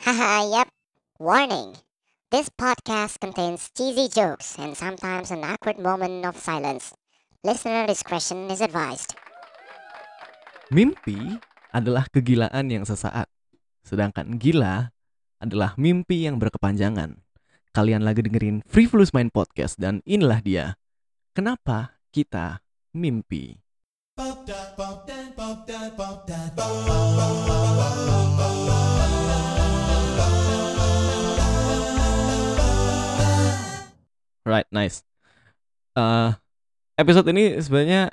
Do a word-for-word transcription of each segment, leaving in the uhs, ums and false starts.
Haha, yep. Warning. This podcast contains cheesy jokes and sometimes an awkward moment of silence. Listener discretion is advised. Mimpi adalah kegilaan yang sesaat, sedangkan gila adalah mimpi yang berkepanjangan. Kalian lagi dengerin Frivolous Mind Podcast dan inilah dia. Kenapa kita mimpi? Right, nice. Uh, episode ini sebenarnya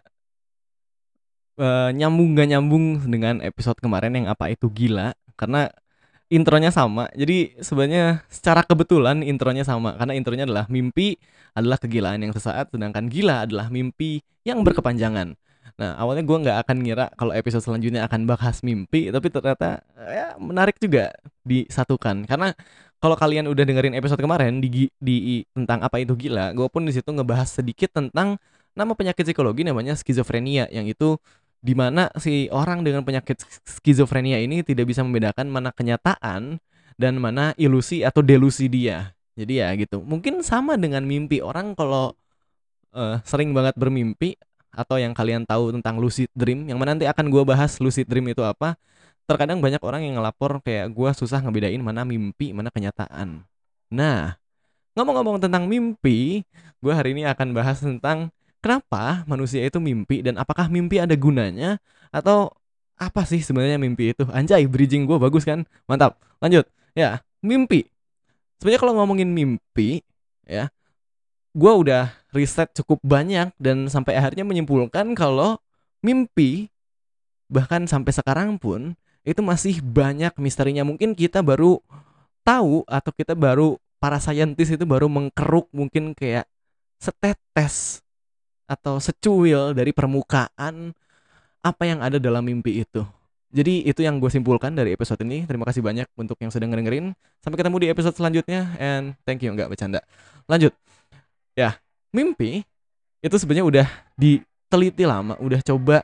uh, nyambung gak nyambung dengan episode kemarin yang apa itu gila, karena intronya sama. Jadi sebenarnya secara kebetulan intronya sama, karena intronya adalah mimpi adalah kegilaan yang sesaat, sedangkan gila adalah mimpi yang berkepanjangan. Nah, awalnya gue nggak akan ngira kalau episode selanjutnya akan bahas mimpi, tapi ternyata ya menarik juga disatukan. Karena kalau kalian udah dengerin episode kemarin di, di tentang apa itu gila, gue pun di situ ngebahas sedikit tentang nama penyakit psikologi namanya skizofrenia, yang itu di mana si orang dengan penyakit skizofrenia ini tidak bisa membedakan mana kenyataan dan mana ilusi atau delusi dia. Jadi ya gitu. Mungkin sama dengan mimpi orang kalau uh, sering banget bermimpi, atau yang kalian tahu tentang lucid dream, yang mana nanti akan gue bahas lucid dream itu apa. Terkadang banyak orang yang ngelapor kayak gue susah ngebedain mana mimpi, mana kenyataan. Nah, ngomong-ngomong tentang mimpi, gue hari ini akan bahas tentang kenapa manusia itu mimpi dan apakah mimpi ada gunanya atau apa sih sebenarnya mimpi itu. Anjay, bridging gue bagus kan? Mantap. Lanjut. Ya, mimpi. Sebenarnya kalau ngomongin mimpi, ya, gue udah riset cukup banyak dan sampai akhirnya menyimpulkan kalau mimpi bahkan sampai sekarang pun itu masih banyak misterinya. Mungkin kita baru tahu atau kita baru para saintis itu baru mengkeruk mungkin kayak setetes atau secuil dari permukaan apa yang ada dalam mimpi itu. Jadi itu yang gue simpulkan dari episode ini. Terima kasih banyak untuk yang sedang dengerin. Sampai ketemu di episode selanjutnya. And thank you, nggak bercanda. Lanjut. Ya, mimpi itu sebenarnya udah diteliti lama, udah coba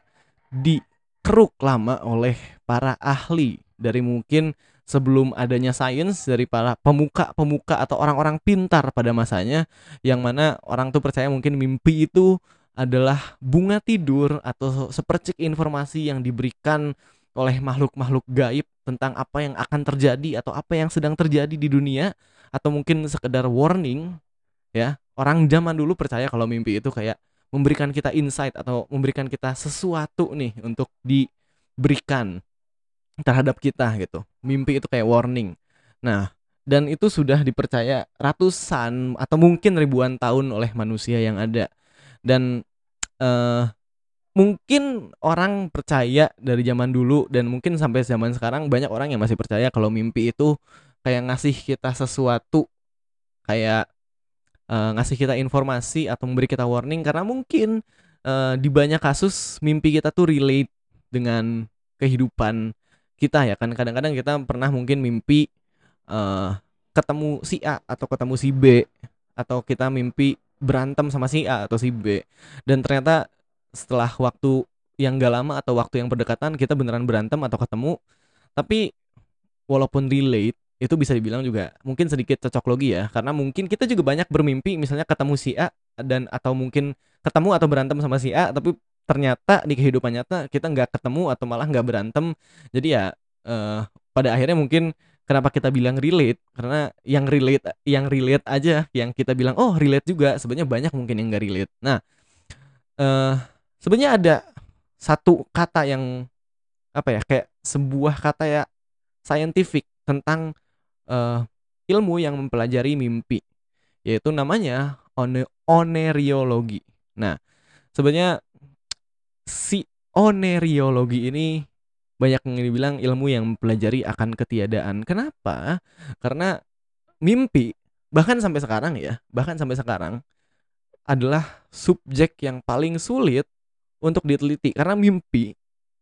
dikeruk lama oleh para ahli dari mungkin sebelum adanya sains, dari para pemuka-pemuka atau orang-orang pintar pada masanya, yang mana orang tuh percaya mungkin mimpi itu adalah bunga tidur atau sepercik informasi yang diberikan oleh makhluk-makhluk gaib tentang apa yang akan terjadi atau apa yang sedang terjadi di dunia, atau mungkin sekedar warning. Ya, orang zaman dulu percaya kalau mimpi itu kayak memberikan kita insight atau memberikan kita sesuatu nih untuk diberikan terhadap kita gitu. Mimpi itu kayak warning. Nah, dan itu sudah dipercaya ratusan atau mungkin ribuan tahun oleh manusia yang ada. Dan uh, mungkin orang percaya dari zaman dulu dan mungkin sampai zaman sekarang banyak orang yang masih percaya kalau mimpi itu kayak ngasih kita sesuatu, kayak uh, ngasih kita informasi atau memberi kita warning, karena mungkin uh, di banyak kasus mimpi kita tuh relate dengan kehidupan kita ya kan. Kadang-kadang kita pernah mungkin mimpi uh, ketemu si A atau ketemu si B, atau kita mimpi berantem sama si A atau si B, dan ternyata setelah waktu yang gak lama atau waktu yang berdekatan kita beneran berantem atau ketemu. Tapi walaupun relate, itu bisa dibilang juga mungkin sedikit cocok logi ya, karena mungkin kita juga banyak bermimpi misalnya ketemu si A, dan atau mungkin ketemu atau berantem sama si A, tapi ternyata di kehidupan nyata kita nggak ketemu atau malah nggak berantem. Jadi ya eh, pada akhirnya mungkin kenapa kita bilang relate, karena yang relate yang relate aja yang kita bilang oh relate juga, sebenarnya banyak mungkin yang nggak relate. Nah, eh, sebenarnya ada satu kata yang apa ya, kayak sebuah kata ya scientific tentang uh, ilmu yang mempelajari mimpi, yaitu namanya one- oneriologi. Nah, sebenarnya si oneriologi ini banyak yang dibilang ilmu yang mempelajari akan ketiadaan. Kenapa? Karena mimpi bahkan sampai sekarang ya, bahkan sampai sekarang adalah subjek yang paling sulit untuk diteliti, karena mimpi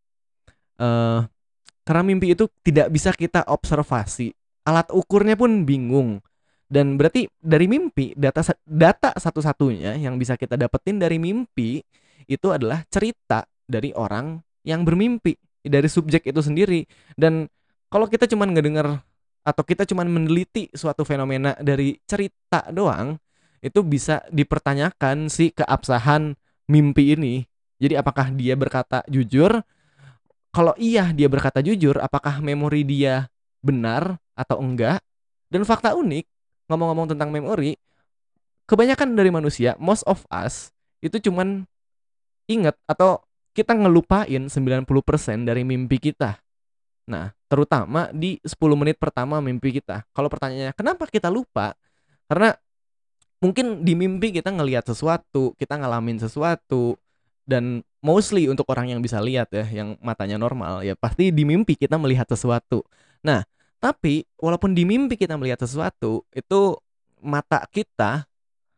uh, karena mimpi itu tidak bisa kita observasi. Alat ukurnya pun bingung. Dan berarti dari mimpi, data data satu-satunya yang bisa kita dapetin dari mimpi itu adalah cerita dari orang yang bermimpi, dari subjek itu sendiri. Dan kalau kita cuma ngedenger atau kita cuman meneliti suatu fenomena dari cerita doang, itu bisa dipertanyakan si keabsahan mimpi ini. Jadi apakah dia berkata jujur? Kalau iya dia berkata jujur, apakah memori dia benar atau enggak? Dan fakta unik, ngomong-ngomong tentang memori, kebanyakan dari manusia, most of us, itu cuman inget atau kita ngelupain sembilan puluh persen dari mimpi kita. Nah, terutama di sepuluh menit pertama mimpi kita. Kalau pertanyaannya, kenapa kita lupa? Karena mungkin di mimpi kita ngelihat sesuatu, kita ngalamin sesuatu, dan mostly untuk orang yang bisa lihat ya, yang matanya normal, ya pasti di mimpi kita melihat sesuatu. Nah, tapi walaupun di mimpi kita melihat sesuatu, itu mata kita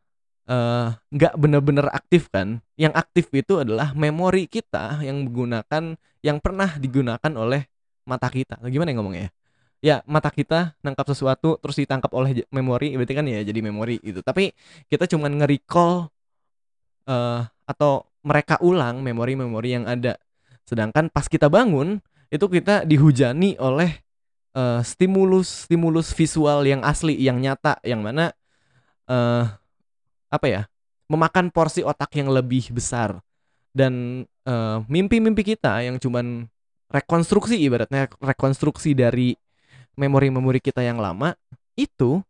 eh, nggak benar-benar aktif kan. Yang aktif itu adalah memori kita yang menggunakan, yang pernah digunakan oleh mata kita. Gimana ya ngomongnya ya? Ya, mata kita nangkap sesuatu terus ditangkap oleh j- memori, berarti kan ya jadi memori gitu. Tapi kita cuman nge-recall eh, atau mereka ulang memori-memori yang ada. Sedangkan pas kita bangun, itu kita dihujani oleh eh, stimulus-stimulus visual yang asli, yang nyata, yang mana eh, apa ya? Memakan porsi otak yang lebih besar. Dan eh, mimpi-mimpi kita yang cuman rekonstruksi, ibaratnya rekonstruksi dari memori-memori kita yang lama itu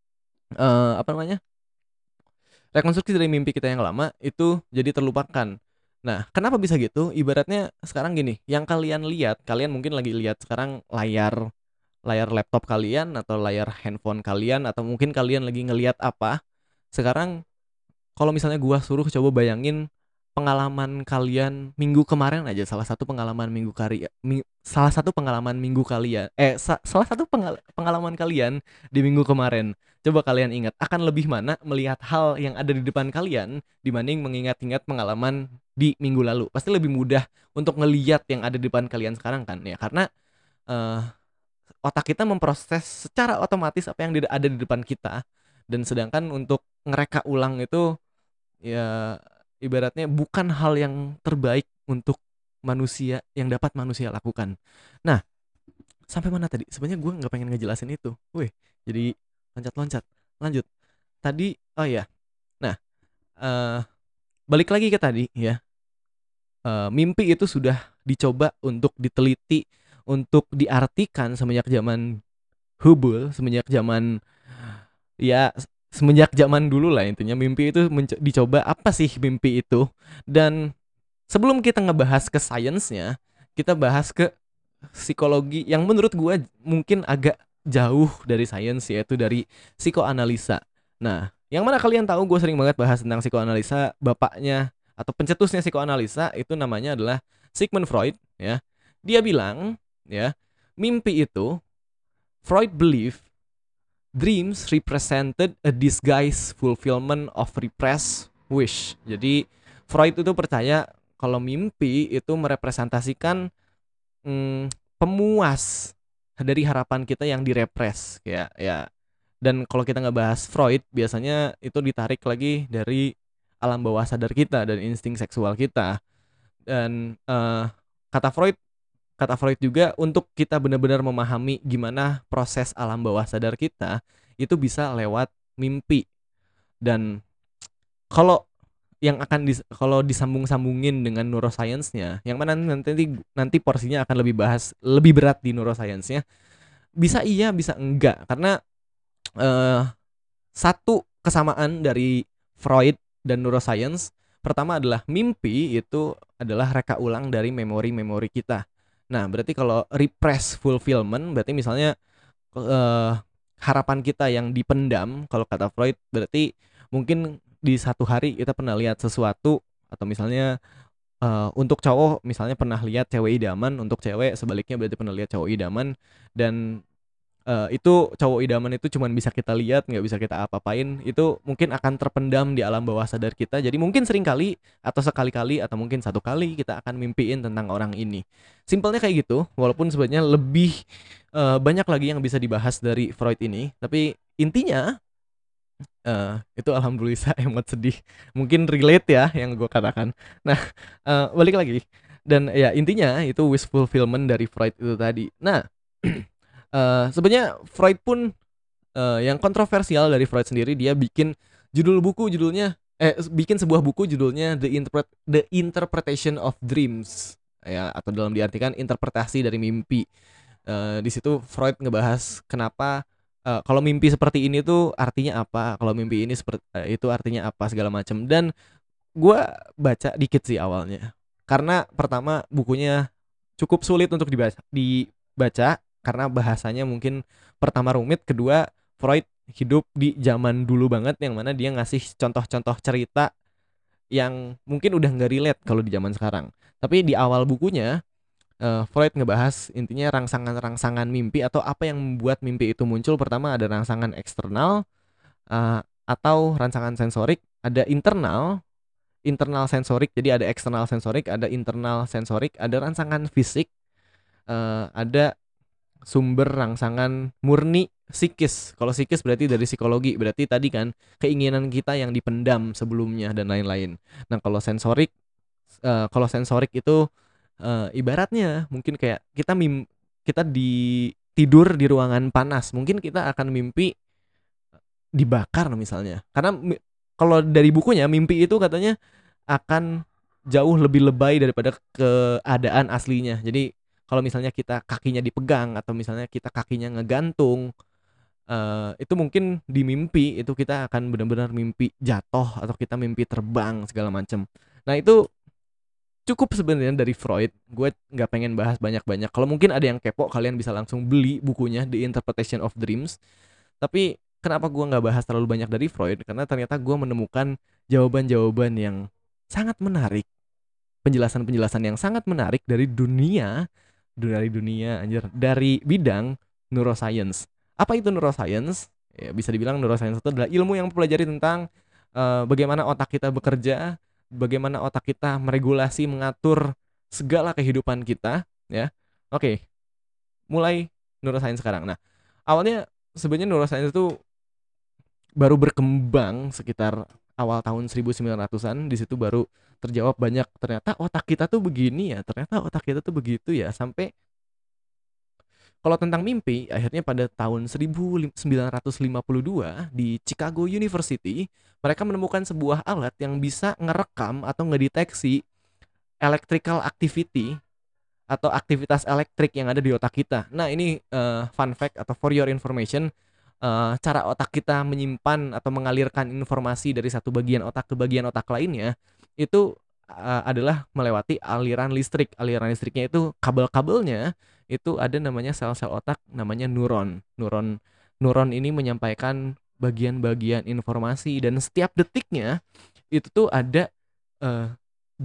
eh, apa namanya, rekonstruksi dari mimpi kita yang lama itu jadi terlupakan. Nah, kenapa bisa gitu? Ibaratnya sekarang gini, yang kalian lihat, kalian mungkin lagi lihat sekarang layar layar laptop kalian atau layar handphone kalian atau mungkin kalian lagi ngelihat apa. Sekarang kalau misalnya gua suruh coba bayangin pengalaman kalian minggu kemarin aja, salah satu pengalaman minggu kali mi- salah satu pengalaman minggu kalian eh sa- salah satu pengal- pengalaman kalian di minggu kemarin. Coba kalian ingat, akan lebih mana melihat hal yang ada di depan kalian dibanding mengingat-ingat pengalaman di minggu lalu. Pasti lebih mudah untuk ngeliat yang ada di depan kalian sekarang kan ya, karena eh, otak kita memproses secara otomatis apa yang di- ada di depan kita. Dan sedangkan untuk ngereka ulang itu ya ibaratnya bukan hal yang terbaik untuk manusia, yang dapat manusia lakukan. Nah, sampai mana tadi? Sebenarnya gue nggak pengen ngejelasin itu. Wih, jadi loncat-loncat. Lanjut. Tadi, oh ya. Nah, eh balik lagi ke tadi ya. Eh, mimpi itu sudah dicoba untuk diteliti, untuk diartikan semenjak zaman Hubble, semenjak zaman ya semenjak zaman dulu lah intinya mimpi itu menco- dicoba apa sih mimpi itu. Dan sebelum kita ngebahas ke sainsnya, kita bahas ke psikologi yang menurut gua mungkin agak jauh dari sains, yaitu dari psikoanalisa. Nah, yang mana kalian tahu gue sering banget bahas tentang psikoanalisa, bapaknya atau pencetusnya psikoanalisa itu namanya adalah Sigmund Freud ya. Dia bilang ya, mimpi itu, Freud believe dreams represented a disguised fulfillment of repressed wish. Jadi Freud itu percaya kalau mimpi itu merepresentasikan mm, pemuas dari harapan kita yang direpres ya ya. Dan kalau kita nggak bahas Freud, biasanya itu ditarik lagi dari alam bawah sadar kita dan insting seksual kita. Dan eh, kata Freud kata Freud juga, untuk kita benar-benar memahami gimana proses alam bawah sadar kita itu bisa lewat mimpi. Dan kalau yang akan dis, kalau disambung-sambungin dengan neuroscience-nya, yang mana nanti nanti porsinya akan lebih bahas lebih berat di neuroscience-nya, bisa iya bisa enggak, karena eh, satu kesamaan dari Freud dan neuroscience, pertama adalah mimpi itu adalah reka ulang dari memori-memori kita. Nah, berarti kalau repress fulfillment, berarti misalnya eh, harapan kita yang dipendam, kalau kata Freud, berarti mungkin di satu hari kita pernah lihat sesuatu, atau misalnya eh, untuk cowok misalnya pernah lihat cewek idaman, untuk cewek sebaliknya berarti pernah lihat cowok idaman. Dan eh, itu cowok idaman itu cuman bisa kita lihat, nggak bisa kita apa-apain, itu mungkin akan terpendam di alam bawah sadar kita. Jadi mungkin sering kali atau sekali-kali atau mungkin satu kali kita akan mimpiin tentang orang ini. Simpelnya kayak gitu, walaupun sebenarnya lebih eh, banyak lagi yang bisa dibahas dari Freud ini, tapi intinya eh, itu alhamdulillah emot sedih, mungkin relate ya yang gue katakan. Nah, eh, balik lagi, dan ya intinya itu wish fulfillment dari Freud itu tadi. Nah, Uh, sebenarnya Freud pun uh, yang kontroversial dari Freud sendiri, dia bikin judul buku judulnya eh bikin sebuah buku judulnya The Interpret The Interpretation of Dreams, ya, atau dalam diartikan interpretasi dari mimpi. Uh, di situ Freud ngebahas kenapa uh, kalau mimpi seperti ini tuh artinya apa, kalau mimpi ini seperti uh, itu artinya apa segala macam. Dan gue baca dikit sih awalnya, karena pertama bukunya cukup sulit untuk dibaca, dibaca karena bahasanya mungkin pertama rumit, kedua Freud hidup di zaman dulu banget yang mana dia ngasih contoh-contoh cerita yang mungkin udah nggak relate kalau di zaman sekarang. Tapi di awal bukunya uh, Freud ngebahas intinya rangsangan-rangsangan mimpi atau apa yang membuat mimpi itu muncul. Pertama ada rangsangan eksternal uh, atau rangsangan sensorik, ada internal internal sensorik, jadi ada eksternal sensorik, ada internal sensorik, ada rangsangan fisik, uh, ada sumber rangsangan murni psikis. Kalau psikis berarti dari psikologi, berarti tadi kan keinginan kita yang dipendam sebelumnya dan lain-lain. Nah kalau sensorik, uh, kalau sensorik itu uh, ibaratnya mungkin kayak kita mim kita di tidur di ruangan panas, mungkin kita akan mimpi dibakar misalnya. Karena mi- kalau dari bukunya mimpi itu katanya akan jauh lebih lebay daripada keadaan aslinya. Jadi kalau misalnya kita kakinya dipegang atau misalnya kita kakinya ngegantung, eh, itu mungkin di mimpi itu kita akan benar-benar mimpi jatuh atau kita mimpi terbang segala macam. Nah itu cukup sebenarnya dari Freud. Gue nggak pengen bahas banyak-banyak. Kalau mungkin ada yang kepo, kalian bisa langsung beli bukunya The Interpretation of Dreams. Tapi kenapa gue nggak bahas terlalu banyak dari Freud? Karena ternyata gue menemukan jawaban-jawaban yang sangat menarik, penjelasan-penjelasan yang sangat menarik dari dunia, dari dunia anjir, dari bidang neuroscience. Apa itu neuroscience? Ya, bisa dibilang neuroscience itu adalah ilmu yang mempelajari tentang uh, bagaimana otak kita bekerja, bagaimana otak kita meregulasi, mengatur segala kehidupan kita, ya. Oke, mulai neuroscience sekarang. Nah, awalnya sebenarnya neuroscience itu baru berkembang sekitar awal tahun seribu sembilan ratusan. Di situ baru terjawab banyak, ternyata otak kita tuh begini ya, ternyata otak kita tuh begitu ya. Sampai kalau tentang mimpi, akhirnya pada tahun seribu sembilan ratus lima puluh dua di Chicago University, mereka menemukan sebuah alat yang bisa ngerekam atau ngedeteksi electrical activity atau aktivitas elektrik yang ada di otak kita. Nah ini uh, fun fact atau for your information, uh, cara otak kita menyimpan atau mengalirkan informasi dari satu bagian otak ke bagian otak lainnya itu uh, adalah melewati aliran listrik. Aliran listriknya itu kabel-kabelnya itu ada namanya sel-sel otak namanya neuron. Neuron neuron ini menyampaikan bagian-bagian informasi dan setiap detiknya itu tuh ada uh,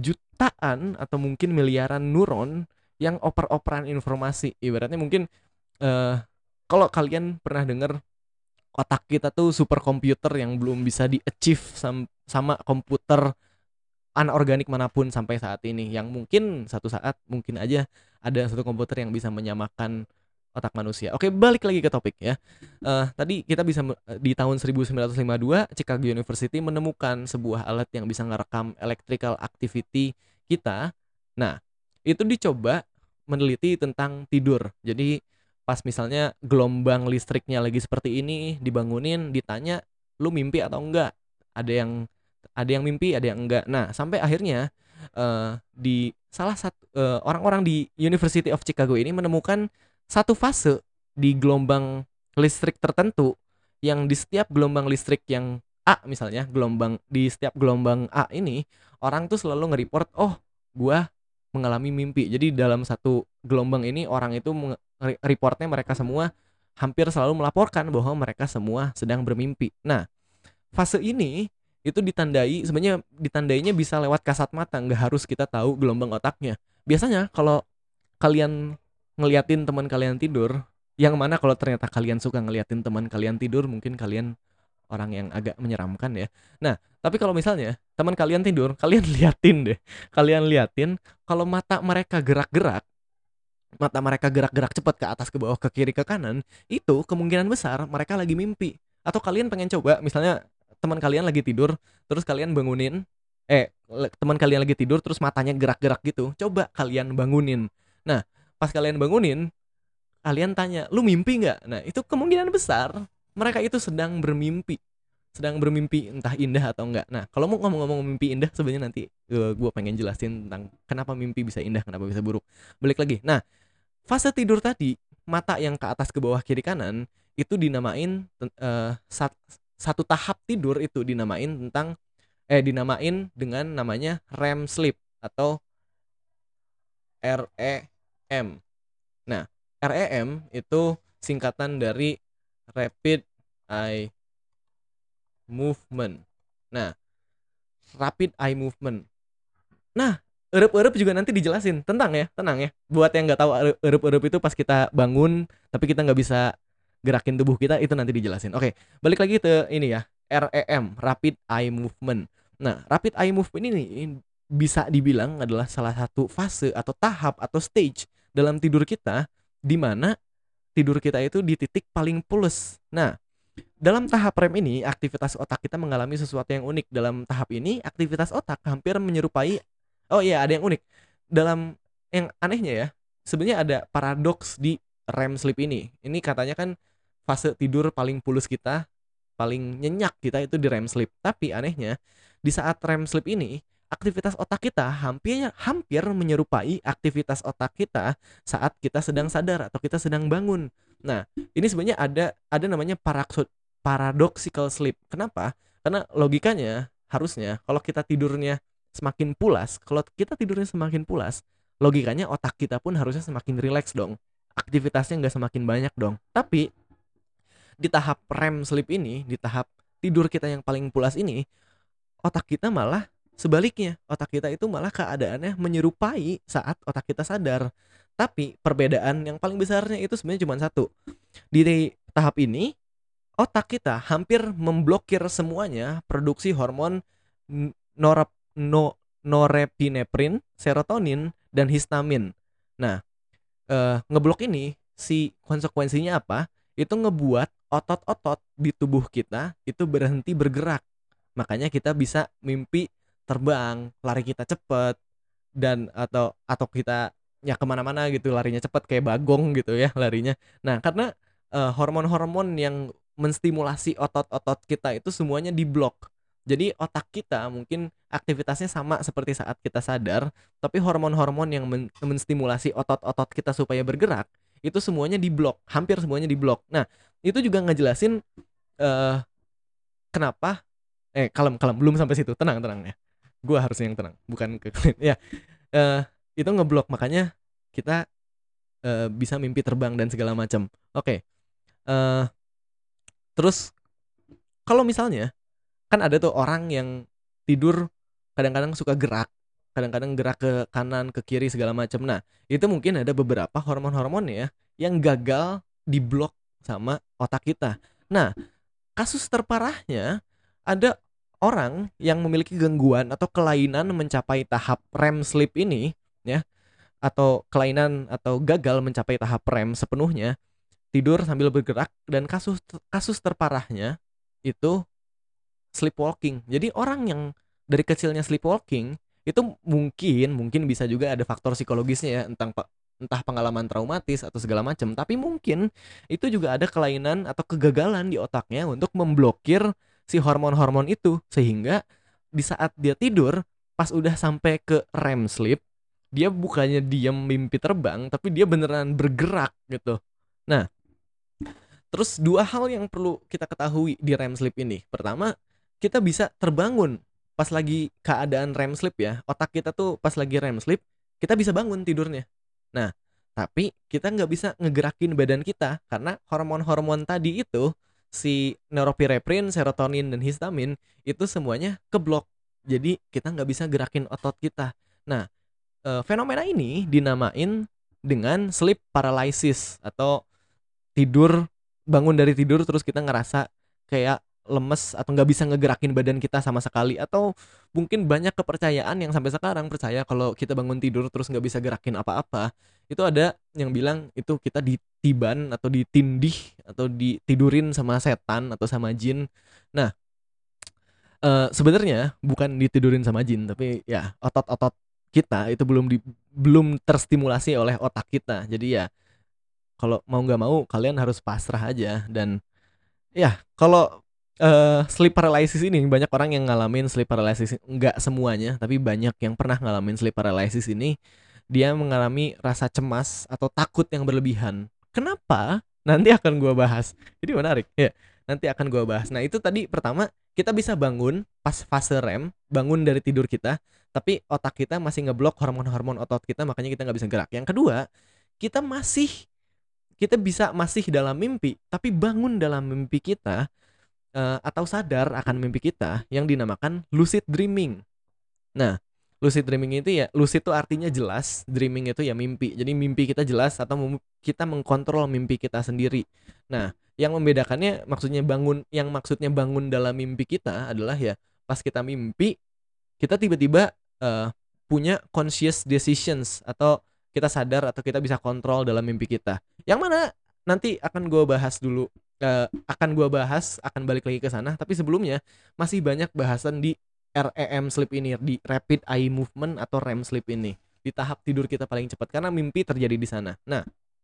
jutaan atau mungkin miliaran neuron yang oper-operan informasi. Ibaratnya mungkin uh, kalau kalian pernah dengar otak kita tuh superkomputer yang belum bisa di-achieve sam- sama komputer anorganik manapun sampai saat ini, yang mungkin satu saat mungkin aja ada satu komputer yang bisa menyamakan otak manusia. Oke, balik lagi ke topik ya. Uh, tadi kita bisa di tahun seribu sembilan ratus lima puluh dua Chicago University menemukan sebuah alat yang bisa ngerekam electrical activity kita. Nah, itu dicoba meneliti tentang tidur. Jadi pas misalnya gelombang listriknya lagi seperti ini, dibangunin, ditanya lu mimpi atau enggak. Ada yang ada yang mimpi, ada yang enggak. Nah, sampai akhirnya uh, di salah satu uh, orang-orang di University of Chicago ini menemukan satu fase di gelombang listrik tertentu yang di setiap gelombang listrik yang A misalnya, gelombang di setiap gelombang A ini orang tuh selalu nge-report, oh gua mengalami mimpi. Jadi dalam satu gelombang ini orang itu menge- reportnya mereka semua hampir selalu melaporkan bahwa mereka semua sedang bermimpi. Nah, fase ini itu ditandai, sebenarnya ditandainya bisa lewat kasat mata, nggak harus kita tahu gelombang otaknya. Biasanya kalau kalian ngeliatin teman kalian tidur, yang mana kalau ternyata kalian suka ngeliatin teman kalian tidur, mungkin kalian orang yang agak menyeramkan ya. Nah, tapi kalau misalnya teman kalian tidur, kalian liatin deh, kalian liatin kalau mata mereka gerak-gerak, mata mereka gerak-gerak cepat ke atas, ke bawah, ke kiri, ke kanan, itu kemungkinan besar mereka lagi mimpi. Atau kalian pengen coba, misalnya teman kalian lagi tidur, terus kalian bangunin, eh teman kalian lagi tidur, terus matanya gerak-gerak gitu, coba kalian bangunin. Nah, pas kalian bangunin, kalian tanya, lu mimpi nggak? Nah itu kemungkinan besar mereka itu sedang bermimpi, sedang bermimpi entah indah atau enggak. Nah kalau mau ngomong-ngomong mimpi indah, sebenarnya nanti uh, gue pengen jelasin tentang kenapa mimpi bisa indah, kenapa bisa buruk. Balik lagi. Nah fase tidur tadi, mata yang ke atas, ke bawah, kiri, kanan, itu dinamain uh, sat, satu tahap tidur itu dinamain tentang eh dinamain dengan namanya REM sleep atau R E M. Nah, R E M itu singkatan dari Rapid Eye Movement. Nah, Rapid Eye Movement. Nah, erup-erup juga nanti dijelasin. Tenang ya, tenang ya. Buat yang nggak tahu erup-erup itu pas kita bangun, tapi kita nggak bisa gerakin tubuh kita, itu nanti dijelasin. Oke, balik lagi ke ini ya, R E M, Rapid Eye Movement. Nah, Rapid Eye Movement ini bisa dibilang adalah salah satu fase atau tahap atau stage dalam tidur kita, di mana tidur kita itu di titik paling pules. Nah, dalam tahap REM ini, aktivitas otak kita mengalami sesuatu yang unik. Dalam tahap ini, aktivitas otak hampir menyerupai, oh iya, ada yang unik. Dalam yang anehnya ya, sebenarnya ada paradoks di REM sleep ini. Ini katanya kan fase tidur paling pules kita, paling nyenyak kita itu di REM sleep. Tapi anehnya, di saat REM sleep ini, aktivitas otak kita hampir hampir menyerupai aktivitas otak kita saat kita sedang sadar atau kita sedang bangun. Nah, ini sebenarnya ada ada namanya paradox paradoxical sleep. Kenapa? Karena logikanya harusnya kalau kita tidurnya semakin pulas, kalau kita tidurnya semakin pulas, logikanya otak kita pun harusnya semakin rileks dong. Aktivitasnya nggak semakin banyak dong. Tapi di tahap REM sleep ini, di tahap tidur kita yang paling pulas ini, otak kita malah sebaliknya. Otak kita itu malah keadaannya menyerupai saat otak kita sadar. Tapi perbedaan yang paling besarnya itu sebenarnya cuma satu. Di tahap ini, otak kita hampir memblokir semuanya produksi hormon norep, no, norepineprin, serotonin, dan histamin. Nah, eh, ngeblok ini, si konsekuensinya apa? Itu ngebuat otot-otot di tubuh kita itu berhenti bergerak. Makanya kita bisa mimpi terbang, lari kita cepet, dan atau atau kita ya kemana-mana gitu larinya cepet kayak bagong gitu ya larinya. Nah karena uh, hormon-hormon yang menstimulasi otot-otot kita itu semuanya diblok. Jadi otak kita mungkin aktivitasnya sama seperti saat kita sadar, tapi hormon-hormon yang men- menstimulasi otot-otot kita supaya bergerak itu semuanya diblok, hampir semuanya diblok. Nah itu juga ngejelasin uh, kenapa eh kalem kalem belum sampai situ, tenang tenang ya, gue harusnya yang tenang bukan ke ya. uh, itu ngeblok, makanya kita uh, bisa mimpi terbang dan segala macam. Oke, uh, terus kalau misalnya kan ada tuh orang yang tidur kadang-kadang suka gerak, kadang-kadang gerak ke kanan ke kiri segala macam. Nah itu mungkin ada beberapa hormon-hormon ya yang gagal diblok sama otak kita. Nah kasus terparahnya ada orang yang memiliki gangguan atau kelainan mencapai tahap REM sleep ini ya, atau kelainan atau gagal mencapai tahap REM sepenuhnya, tidur sambil bergerak, dan kasus kasus terparahnya itu sleepwalking. Jadi orang yang dari kecilnya sleepwalking itu mungkin mungkin bisa juga ada faktor psikologisnya ya, tentang entah pengalaman traumatis atau segala macam, tapi mungkin itu juga ada kelainan atau kegagalan di otaknya untuk memblokir si hormon-hormon itu, sehingga di saat dia tidur pas udah sampai ke REM sleep, dia bukannya diam mimpi terbang, tapi dia beneran bergerak gitu. Nah, terus dua hal yang perlu kita ketahui di REM sleep ini. Pertama, kita bisa terbangun pas lagi keadaan REM sleep ya. Otak kita tuh pas lagi REM sleep, kita bisa bangun tidurnya. Nah, tapi kita nggak bisa ngegerakin badan kita karena hormon-hormon tadi itu, si norepinefrin, serotonin, dan histamin itu semuanya keblok. Jadi kita nggak bisa gerakin otot kita. Nah, e, fenomena ini dinamain dengan sleep paralysis atau tidur, bangun dari tidur terus kita ngerasa kayak lemes atau nggak bisa ngegerakin badan kita sama sekali. Atau mungkin banyak kepercayaan yang sampai sekarang percaya kalau kita bangun tidur terus nggak bisa gerakin apa-apa, itu ada yang bilang itu kita ditiban atau ditindih atau ditidurin sama setan atau sama jin. Nah uh, sebenarnya bukan ditidurin sama jin, tapi ya otot-otot kita itu belum di, belum terstimulasi oleh otak kita. Jadi ya Kalau mau nggak mau kalian harus pasrah aja. Dan ya kalau uh, sleep paralysis ini banyak orang yang ngalamin sleep paralysis, nggak semuanya tapi banyak yang pernah ngalamin sleep paralysis ini. Dia mengalami rasa cemas atau takut yang berlebihan. Kenapa? Nanti akan gua bahas. Jadi menarik ya. Nanti akan gua bahas. Nah itu tadi pertama, kita bisa bangun pas fase rem, bangun dari tidur kita, tapi otak kita masih ngeblok hormon-hormon otot kita, makanya kita nggak bisa gerak. Yang kedua, kita masih kita bisa masih dalam mimpi, tapi bangun dalam mimpi kita, eh, atau sadar akan mimpi kita yang dinamakan lucid dreaming. Nah, lucid dreaming itu ya, lucid itu artinya jelas, dreaming itu ya mimpi. Jadi mimpi kita jelas atau mem- kita mengkontrol mimpi kita sendiri. Nah, yang membedakannya maksudnya bangun, yang maksudnya bangun dalam mimpi kita adalah ya pas kita mimpi, kita tiba-tiba eh, punya conscious decisions atau kita sadar atau kita bisa kontrol dalam mimpi kita. Yang mana nanti akan gue bahas dulu, eh, akan gue bahas, akan balik lagi ke sana. Tapi sebelumnya masih banyak bahasan di R E M sleep ini, di rapid eye movement atau R E M sleep ini, di tahap tidur kita paling cepat karena mimpi terjadi di sana. Nah,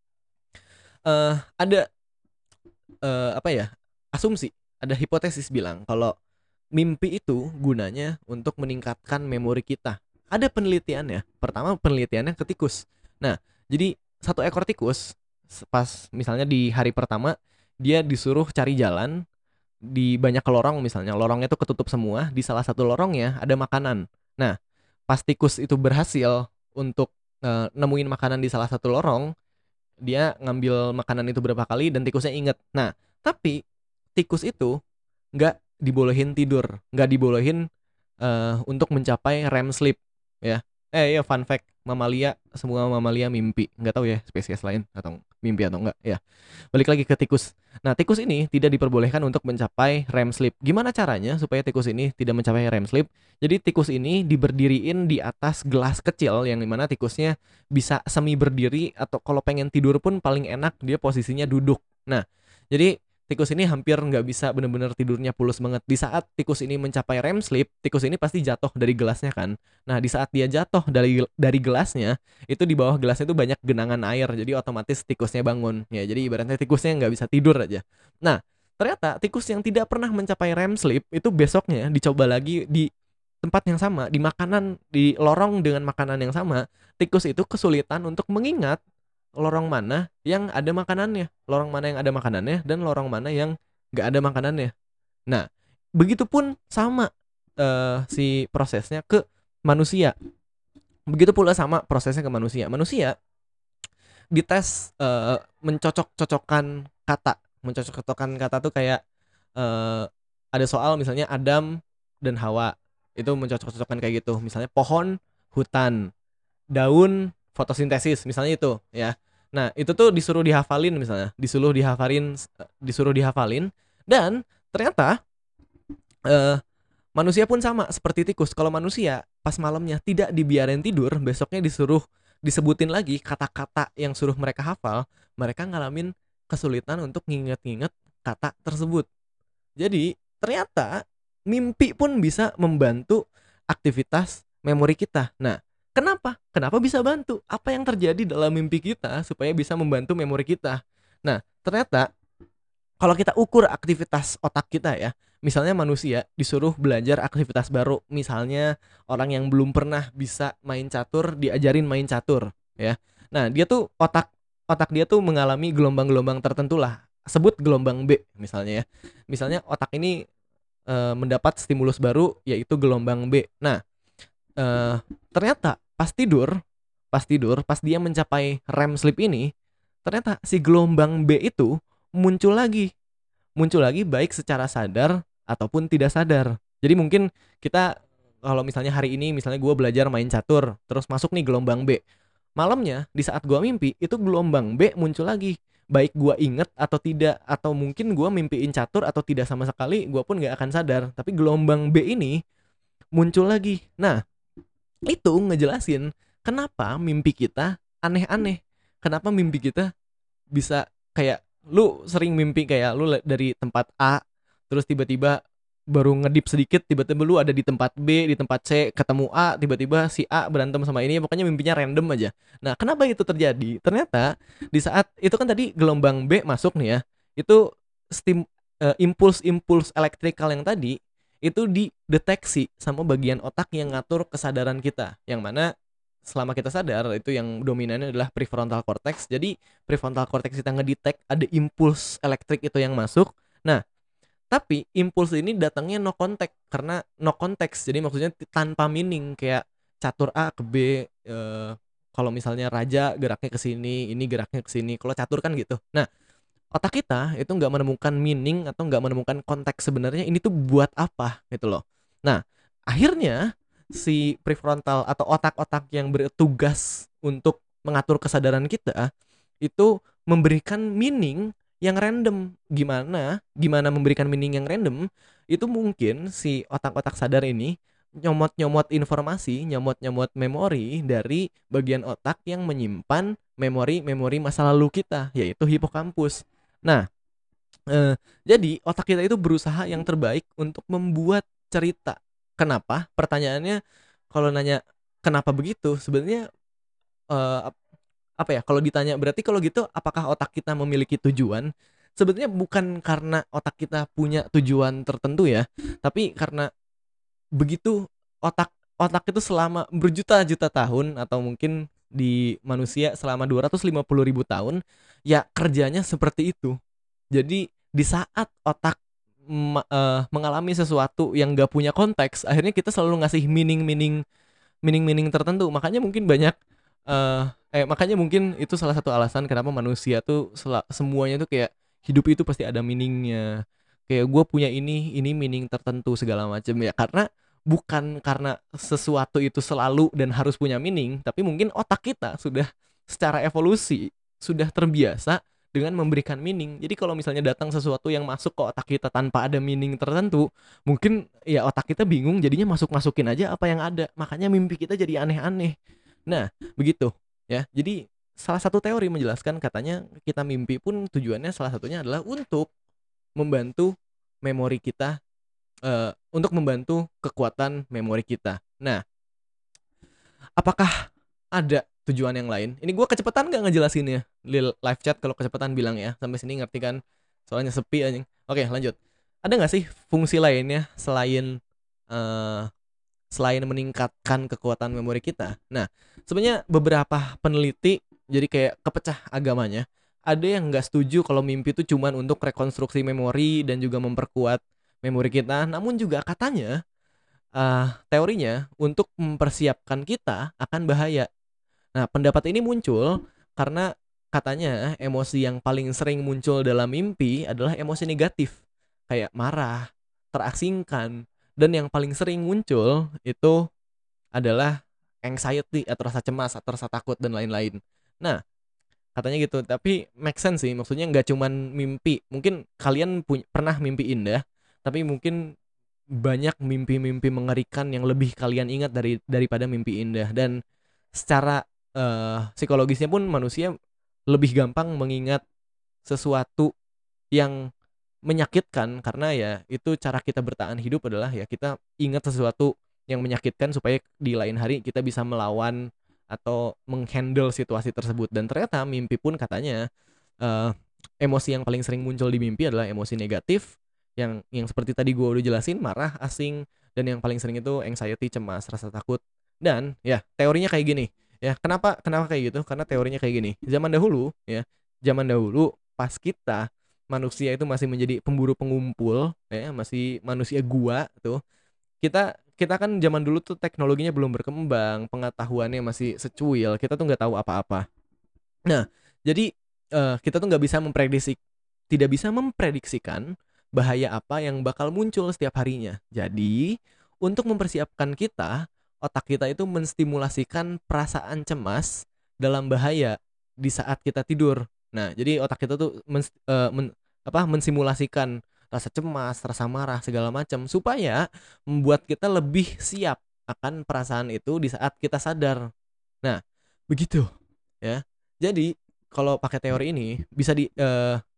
eh, ada eh, apa ya? Asumsi, ada hipotesis bilang kalau mimpi itu gunanya untuk meningkatkan memori kita. Ada penelitiannya. Pertama penelitiannya ke tikus. Nah, jadi satu ekor tikus pas misalnya di hari pertama dia disuruh cari jalan di banyak lorong, misalnya lorongnya tuh ketutup semua, di salah satu lorongnya ada makanan. Nah, pas tikus itu berhasil untuk eh, nemuin makanan di salah satu lorong, dia ngambil makanan itu berapa kali dan tikusnya inget. Nah, tapi tikus itu nggak dibolehin tidur, nggak dibolehin eh, untuk mencapai R E M sleep ya. Eh ya, fun fact, mamalia, semua mamalia mimpi. Nggak tahu ya spesies lain atau mimpi atau enggak ya. Balik lagi ke tikus. Nah, tikus ini tidak diperbolehkan untuk mencapai R E M sleep. Gimana caranya supaya tikus ini tidak mencapai R E M sleep? Jadi tikus ini diberdiriin di atas gelas kecil yang dimana tikusnya bisa semi berdiri, atau kalau pengen tidur pun paling enak dia posisinya duduk. Nah, jadi tikus ini hampir nggak bisa bener-bener tidurnya pules banget. Di saat tikus ini mencapai R E M sleep, tikus ini pasti jatuh dari gelasnya kan. Nah, di saat dia jatuh dari dari gelasnya, itu di bawah gelasnya itu banyak genangan air, jadi otomatis tikusnya bangun. Ya, jadi ibaratnya tikusnya nggak bisa tidur aja. Nah, ternyata tikus yang tidak pernah mencapai R E M sleep itu besoknya dicoba lagi di tempat yang sama, di makanan, di lorong dengan makanan yang sama, tikus itu kesulitan untuk mengingat lorong mana yang ada makanannya, lorong mana yang ada makanannya, dan lorong mana yang nggak ada makanannya. Nah, begitupun sama eh, si prosesnya ke manusia. Begitu pula sama prosesnya ke manusia. Manusia dites eh, mencocok-cocokkan kata. Mencocok-cocokkan kata tuh kayak eh, ada soal misalnya Adam dan Hawa. Itu mencocok-cocokkan kayak gitu. Misalnya pohon, hutan, daun, fotosintesis, misalnya itu ya. Nah, itu tuh disuruh dihafalin misalnya, disuruh dihafalin disuruh dihafalin dan ternyata eh, manusia pun sama seperti tikus. Kalau manusia pas malamnya tidak dibiarin tidur, besoknya disuruh disebutin lagi kata-kata yang suruh mereka hafal, mereka ngalamin kesulitan untuk nginget-nginget kata tersebut. Jadi, ternyata mimpi pun bisa membantu aktivitas memori kita. Nah, kenapa? Kenapa bisa bantu? Apa yang terjadi dalam mimpi kita supaya bisa membantu memori kita? Nah, ternyata kalau kita ukur aktivitas otak kita ya, misalnya manusia disuruh belajar aktivitas baru, misalnya orang yang belum pernah bisa main catur diajarin main catur ya. Nah, dia tuh otak otak dia tuh mengalami gelombang-gelombang tertentu lah. Sebut gelombang B misalnya ya. Misalnya otak ini e, mendapat stimulus baru yaitu gelombang B. Nah, e, ternyata pas tidur, pas tidur, pas dia mencapai R E M sleep ini, ternyata si gelombang B itu muncul lagi muncul lagi baik secara sadar ataupun tidak sadar. Jadi mungkin kita kalau misalnya hari ini misalnya gue belajar main catur, terus masuk nih gelombang B. Malamnya di saat gue mimpi itu gelombang B muncul lagi. Baik gue inget atau tidak, atau mungkin gue mimpiin catur atau tidak sama sekali, gue pun gak akan sadar. Tapi gelombang B ini muncul lagi. Nah, itu ngejelasin kenapa mimpi kita aneh-aneh. Kenapa mimpi kita bisa kayak lu sering mimpi kayak lu dari tempat A terus tiba-tiba baru ngedip sedikit, tiba-tiba lu ada di tempat B, di tempat C, ketemu A, tiba-tiba si A berantem sama ini, pokoknya mimpinya random aja. Nah, kenapa itu terjadi? Ternyata di saat itu kan tadi gelombang B masuk nih ya, itu stim eh, impuls-impuls elektrikal yang tadi itu dideteksi sama bagian otak yang ngatur kesadaran kita, yang mana selama kita sadar itu yang dominannya adalah prefrontal cortex. Jadi prefrontal cortex kita ngedetect ada impuls elektrik itu yang masuk. Nah, tapi impuls ini datangnya no context, karena no konteks. Jadi maksudnya t- tanpa meaning, kayak catur A ke B, eh, kalau misalnya raja geraknya ke sini, ini geraknya ke sini. Kalau catur kan gitu. Nah, otak kita itu nggak menemukan meaning atau nggak menemukan konteks sebenarnya ini tuh buat apa gitu loh. Nah, akhirnya si prefrontal atau otak-otak yang bertugas untuk mengatur kesadaran kita itu memberikan meaning yang random. Gimana? Gimana memberikan meaning yang random? Itu mungkin si otak-otak sadar ini nyomot-nyomot informasi, nyomot-nyomot memori dari bagian otak yang menyimpan memori-memori masa lalu kita, yaitu hipokampus. Nah, eh, jadi otak kita itu berusaha yang terbaik untuk membuat cerita. Kenapa? Pertanyaannya kalau nanya kenapa begitu, sebenarnya eh, ap- apa ya? Kalau ditanya berarti kalau gitu apakah otak kita memiliki tujuan? Sebenarnya bukan karena otak kita punya tujuan tertentu ya, tapi karena begitu otak otak itu selama berjuta-juta tahun atau mungkin di manusia selama dua ratus lima puluh ribu tahun ya kerjanya seperti itu. Jadi di saat otak ma- eh, mengalami sesuatu yang gak punya konteks, akhirnya kita selalu ngasih meaning-meaning meaning-meaning tertentu. Makanya mungkin banyak eh eh makanya mungkin itu salah satu alasan kenapa manusia tuh sela- semuanya tuh kayak hidup itu pasti ada meaningnya. Kayak gue punya ini, ini meaning tertentu segala macam ya. Karena bukan karena sesuatu itu selalu dan harus punya meaning, tapi mungkin otak kita sudah secara evolusi sudah terbiasa dengan memberikan meaning. Jadi kalau misalnya datang sesuatu yang masuk ke otak kita tanpa ada meaning tertentu, mungkin ya otak kita bingung, jadinya masuk-masukin aja apa yang ada. Makanya mimpi kita jadi aneh-aneh. Nah, begitu ya. Jadi salah satu teori menjelaskan katanya kita mimpi pun tujuannya salah satunya adalah untuk membantu memori kita, eh, untuk membantu kekuatan memori kita. Nah, apakah ada tujuan yang lain? Ini gue kecepatan gak ngejelasinnya? Lil live chat kalau kecepatan bilang ya. Sampai sini ngerti kan? Soalnya sepi aja. Oke, lanjut. Ada nggak sih fungsi lainnya selain eh, selain meningkatkan kekuatan memori kita? Nah, sebenarnya beberapa peneliti jadi kayak kepecah agamanya. Ada yang nggak setuju kalau mimpi itu cuman untuk rekonstruksi memori dan juga memperkuat memori kita. Namun juga katanya eh, teorinya untuk mempersiapkan kita akan bahaya. Nah, pendapat ini muncul karena katanya emosi yang paling sering muncul dalam mimpi adalah emosi negatif, kayak marah, terasingkan, dan yang paling sering muncul itu adalah anxiety atau rasa cemas atau rasa takut dan lain-lain. Nah, katanya gitu, tapi make sense sih, maksudnya nggak cuman mimpi. Mungkin kalian punya, pernah mimpi indah, tapi mungkin banyak mimpi-mimpi mengerikan yang lebih kalian ingat dari daripada mimpi indah. Dan secara eh, psikologisnya pun manusia lebih gampang mengingat sesuatu yang menyakitkan, karena ya itu cara kita bertahan hidup adalah ya kita ingat sesuatu yang menyakitkan supaya di lain hari kita bisa melawan atau menghandle situasi tersebut. Dan ternyata mimpi pun katanya eh, emosi yang paling sering muncul di mimpi adalah emosi negatif, yang yang seperti tadi gue udah jelasin, marah, asing, dan yang paling sering itu anxiety, cemas, rasa takut. Dan ya teorinya kayak gini ya. Kenapa kenapa kayak gitu? Karena teorinya kayak gini. Zaman dahulu ya, zaman dahulu pas kita manusia itu masih menjadi pemburu pengumpul ya, masih manusia gua tuh, kita kita kan zaman dulu tuh teknologinya belum berkembang, pengetahuannya masih secuil, kita tuh nggak tahu apa-apa. Nah, jadi eh, kita tuh nggak bisa memprediksi, tidak bisa memprediksikan bahaya apa yang bakal muncul setiap harinya. Jadi, untuk mempersiapkan kita, otak kita itu menstimulasikan perasaan cemas dalam bahaya di saat kita tidur. Nah, jadi otak kita tuh mens, eh, men- apa mensimulasikan rasa cemas, rasa marah segala macam supaya membuat kita lebih siap akan perasaan itu di saat kita sadar. Nah, begitu ya. Jadi kalau pakai teori ini bisa di eh,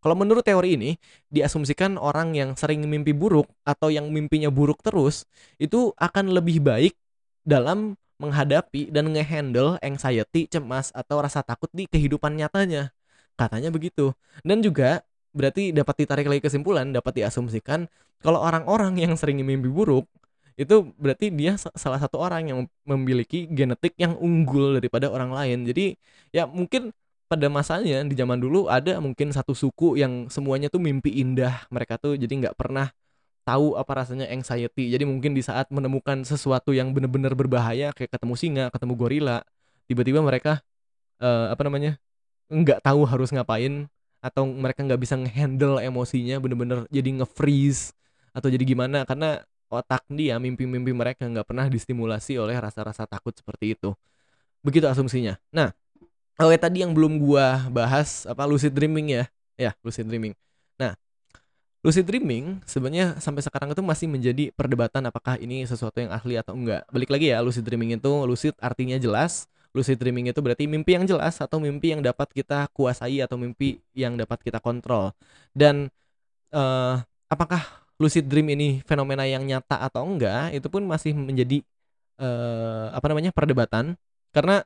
Kalau menurut teori ini, diasumsikan orang yang sering mimpi buruk atau yang mimpinya buruk terus, itu akan lebih baik dalam menghadapi dan ngehandle anxiety, cemas, atau rasa takut di kehidupan nyatanya. Katanya begitu. Dan juga berarti dapat ditarik lagi kesimpulan, dapat diasumsikan kalau orang-orang yang sering mimpi buruk itu berarti dia salah satu orang yang memiliki genetik yang unggul daripada orang lain. Jadi ya mungkin pada masanya di zaman dulu ada mungkin satu suku yang semuanya tuh mimpi indah, mereka tuh jadi nggak pernah tahu apa rasanya anxiety. Jadi mungkin di saat menemukan sesuatu yang benar-benar berbahaya kayak ketemu singa, ketemu gorila, tiba-tiba mereka eh, apa namanya nggak tahu harus ngapain, atau mereka nggak bisa ngehandle emosinya, bener-bener jadi nge-freeze atau jadi gimana karena otak dia, mimpi-mimpi mereka nggak pernah distimulasi oleh rasa-rasa takut seperti itu. Begitu asumsinya. Nah, oke, tadi yang belum gua bahas apa lucid dreaming ya. Ya, lucid dreaming. Nah, lucid dreaming sebenarnya sampai sekarang itu masih menjadi perdebatan apakah ini sesuatu yang asli atau enggak. Balik lagi ya, lucid dreaming itu lucid artinya jelas. Lucid dreaming itu berarti mimpi yang jelas atau mimpi yang dapat kita kuasai atau mimpi yang dapat kita kontrol. Dan eh, apakah lucid dream ini fenomena yang nyata atau enggak, itu pun masih menjadi eh, apa namanya perdebatan. Karena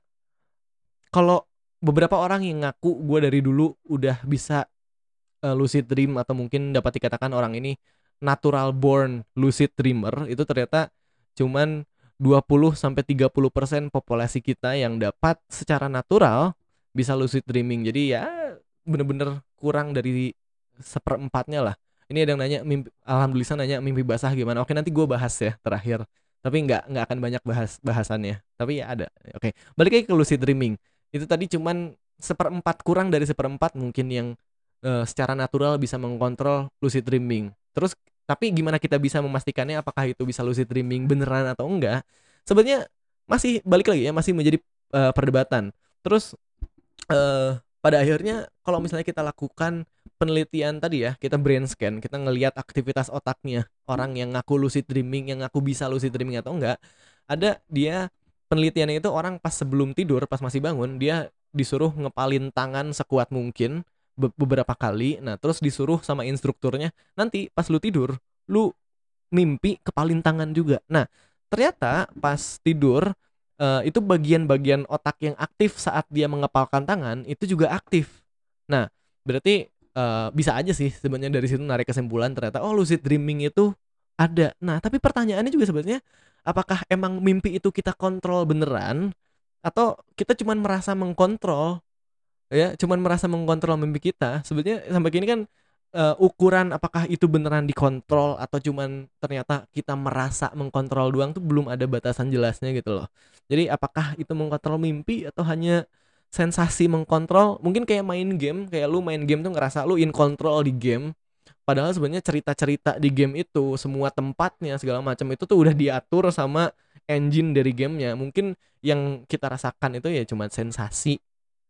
kalau beberapa orang yang ngaku gue dari dulu udah bisa uh, lucid dream atau mungkin dapat dikatakan orang ini natural born lucid dreamer, itu ternyata cuman dua puluh sampai tiga puluh persen populasi kita yang dapat secara natural bisa lucid dreaming. Jadi ya bener-bener kurang dari seperempatnya lah. Ini ada yang nanya mimpi, alhamdulillah nanya mimpi basah gimana. Oke, nanti gue bahas ya terakhir. Tapi nggak nggak akan banyak bahas bahasannya. Tapi ya ada. Oke, balik lagi ke lucid dreaming. Itu tadi cuman seperempat, kurang dari seperempat mungkin yang eh, secara natural bisa mengkontrol lucid dreaming. Terus tapi gimana kita bisa memastikannya apakah itu bisa lucid dreaming beneran atau enggak? Sebenarnya masih balik lagi ya, masih menjadi eh, perdebatan. Terus eh, pada akhirnya kalau misalnya kita lakukan penelitian tadi ya, kita brain scan, kita ngelihat aktivitas otaknya orang yang ngaku lucid dreaming, yang ngaku bisa lucid dreaming atau enggak, ada dia penelitiannya itu orang pas sebelum tidur, pas masih bangun, dia disuruh ngepalin tangan sekuat mungkin be- beberapa kali. Nah, terus disuruh sama instrukturnya, nanti pas lu tidur, lu mimpi kepalin tangan juga. Nah, ternyata pas tidur eh, itu bagian-bagian otak yang aktif saat dia mengepalkan tangan itu juga aktif. Nah, berarti eh, bisa aja sih sebenarnya dari situ narik kesimpulan ternyata oh lucid dreaming itu ada. Nah, tapi pertanyaannya juga sebenarnya apakah emang mimpi itu kita kontrol beneran atau kita cuman merasa mengkontrol, ya cuman merasa mengkontrol mimpi kita. Sebenarnya sampai kini kan eh, ukuran apakah itu beneran dikontrol atau cuman ternyata kita merasa mengkontrol doang tuh belum ada batasan jelasnya gitu loh. Jadi apakah itu mengkontrol mimpi atau hanya sensasi mengkontrol? Mungkin kayak main game, kayak lu main game tuh ngerasa lu in control di game, padahal sebenarnya cerita-cerita di game itu semua tempatnya segala macam itu tuh udah diatur sama engine dari gamenya. Mungkin yang kita rasakan itu ya cuma sensasi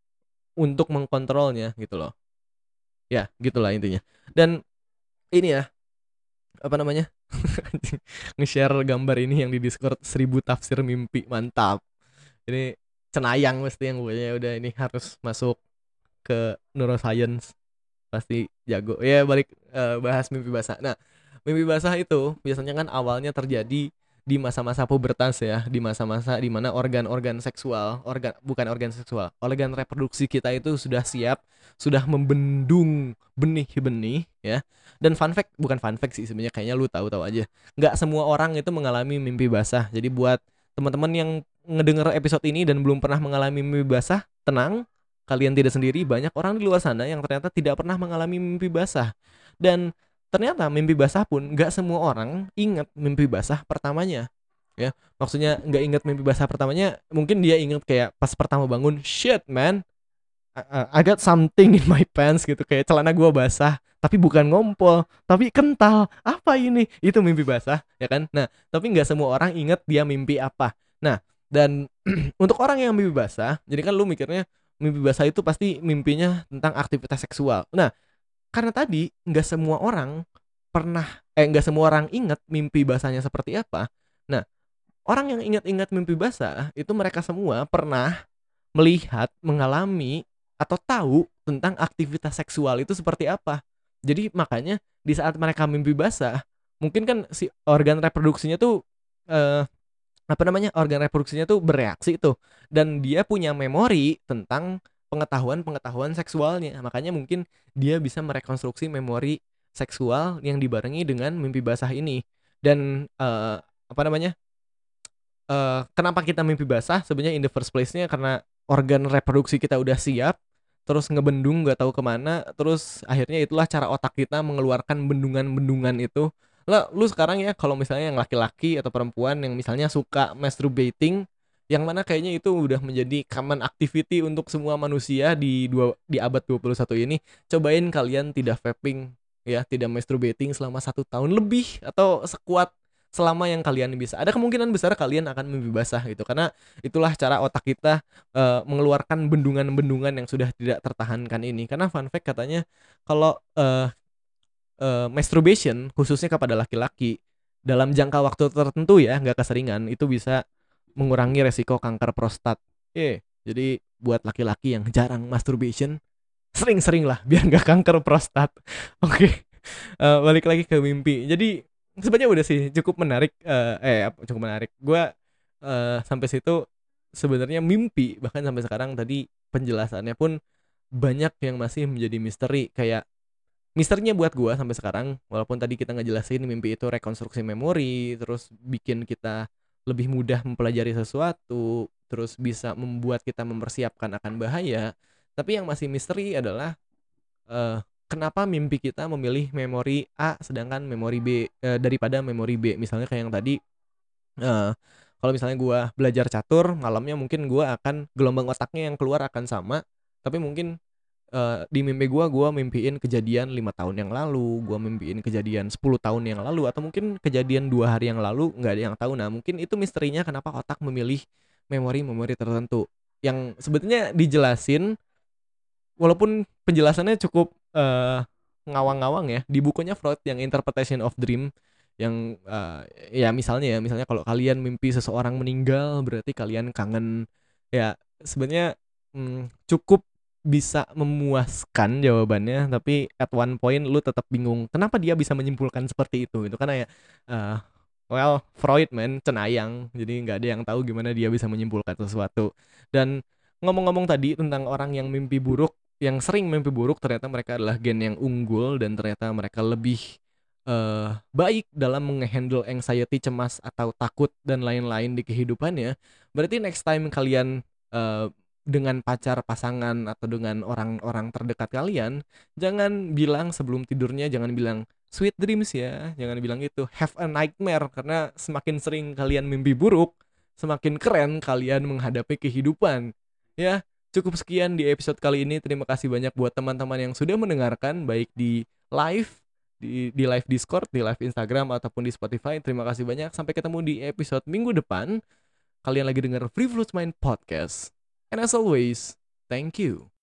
untuk mengkontrolnya gitu loh. Ya, gitulah intinya. Dan ini ya, apa namanya? Nge-share gambar ini yang di Discord seribu tafsir mimpi. Mantap. Ini cenayang mesti yang gue udah ini harus masuk ke neuroscience. Pasti jago. Ya, balik eh, bahas mimpi basah. Nah, mimpi basah itu biasanya kan awalnya terjadi di masa-masa pubertas ya, di masa-masa di mana organ-organ seksual, organ bukan organ seksual, organ reproduksi kita itu sudah siap, sudah membendung benih-benih ya. Dan fun fact, bukan fun fact sih sebenarnya, kayaknya lu tahu-tahu aja. Nggak semua orang itu mengalami mimpi basah. Jadi buat teman-teman yang ngedenger episode ini dan belum pernah mengalami mimpi basah, tenang, kalian tidak sendiri. Banyak orang di luar sana yang ternyata tidak pernah mengalami mimpi basah. Dan ternyata mimpi basah pun nggak semua orang ingat mimpi basah pertamanya. Ya, maksudnya nggak ingat mimpi basah pertamanya, mungkin dia ingat kayak pas pertama bangun, shit man, I, I got something in my pants gitu, kayak celana gua basah, tapi bukan ngompol, tapi kental. Apa ini? Itu mimpi basah, ya kan? Nah, tapi nggak semua orang ingat dia mimpi apa. Nah, dan untuk orang yang mimpi basah, jadi kan lu mikirnya mimpi basah itu pasti mimpinya tentang aktivitas seksual. Nah, karena tadi nggak semua orang pernah eh nggak semua orang ingat mimpi basahnya seperti apa. Nah, orang yang ingat-ingat mimpi basah itu mereka semua pernah melihat, mengalami atau tahu tentang aktivitas seksual itu seperti apa. Jadi makanya di saat mereka mimpi basah, mungkin kan si organ reproduksinya tuh eh, apa namanya organ reproduksinya tuh bereaksi tuh, dan dia punya memori tentang pengetahuan-pengetahuan seksualnya. Makanya mungkin dia bisa merekonstruksi memori seksual yang dibarengi dengan mimpi basah ini. Dan eh, apa namanya eh, kenapa kita mimpi basah sebenarnya in the first place-nya karena organ reproduksi kita udah siap, terus ngebendung nggak tahu kemana, terus akhirnya itulah cara otak kita mengeluarkan bendungan-bendungan itu. Lah, lu sekarang ya kalau misalnya yang laki-laki atau perempuan yang misalnya suka masturbating, yang mana kayaknya itu udah menjadi common activity untuk semua manusia di dua di abad dua puluh satu ini, cobain kalian tidak vaping ya, tidak masturbating selama satu tahun lebih atau sekuat selama yang kalian bisa. Ada kemungkinan besar kalian akan mimpi basah gitu, karena itulah cara otak kita eh, mengeluarkan bendungan-bendungan yang sudah tidak tertahankan ini. Karena fun fact katanya kalau eh, eh, masturbation khususnya kepada laki-laki dalam jangka waktu tertentu ya, nggak keseringan, itu bisa mengurangi resiko kanker prostat. Eh, jadi buat laki-laki yang jarang masturbation, sering-sering lah biar nggak kanker prostat. Oke. Eh, balik lagi ke mimpi. Jadi sebenarnya udah sih cukup menarik, eh, eh apa, cukup menarik. Gua eh, sampai situ sebenarnya mimpi, bahkan sampai sekarang tadi penjelasannya pun banyak yang masih menjadi misteri. Kayak misterinya buat gua sampai sekarang, walaupun tadi kita ngejelasin mimpi itu rekonstruksi memori, terus bikin kita lebih mudah mempelajari sesuatu, terus bisa membuat kita mempersiapkan akan bahaya. Tapi yang masih misteri adalah eh, kenapa mimpi kita memilih memori A sedangkan memori B eh, daripada memori B. Misalnya kayak yang tadi, eh, kalau misalnya gua belajar catur, malamnya mungkin gua akan gelombang otaknya yang keluar akan sama, tapi mungkin eh, di mimpi gua gua mimpiin kejadian lima tahun yang lalu, gua mimpiin kejadian sepuluh tahun yang lalu, atau mungkin kejadian dua hari yang lalu, nggak ada yang tahu. Nah, mungkin itu misterinya kenapa otak memilih memori-memori tertentu yang sebetulnya dijelasin, walaupun penjelasannya cukup eh, ngawang-ngawang ya di bukunya Freud yang Interpretation of Dream, yang eh, ya misalnya ya misalnya kalau kalian mimpi seseorang meninggal berarti kalian kangen, ya sebenarnya mm, cukup bisa memuaskan jawabannya, tapi at one point lu tetap bingung kenapa dia bisa menyimpulkan seperti itu gitu, karena ya eh, well, Freud man cenayang, jadi nggak ada yang tahu gimana dia bisa menyimpulkan sesuatu. Dan ngomong-ngomong tadi tentang orang yang mimpi buruk, yang sering mimpi buruk, ternyata mereka adalah gen yang unggul dan ternyata mereka lebih eh, baik dalam menghandle anxiety, cemas atau takut dan lain-lain di kehidupannya. Berarti next time kalian eh, dengan pacar, pasangan atau dengan orang-orang terdekat kalian, jangan bilang sebelum tidurnya, jangan bilang sweet dreams ya, jangan bilang gitu, have a nightmare, karena semakin sering kalian mimpi buruk, semakin keren kalian menghadapi kehidupan. Ya, cukup sekian di episode kali ini. Terima kasih banyak buat teman-teman yang sudah mendengarkan, baik di live, di, di live Discord, di live Instagram, ataupun di Spotify. Terima kasih banyak. Sampai ketemu di episode minggu depan. Kalian lagi dengar Free Float Mind Podcast. And as always, thank you.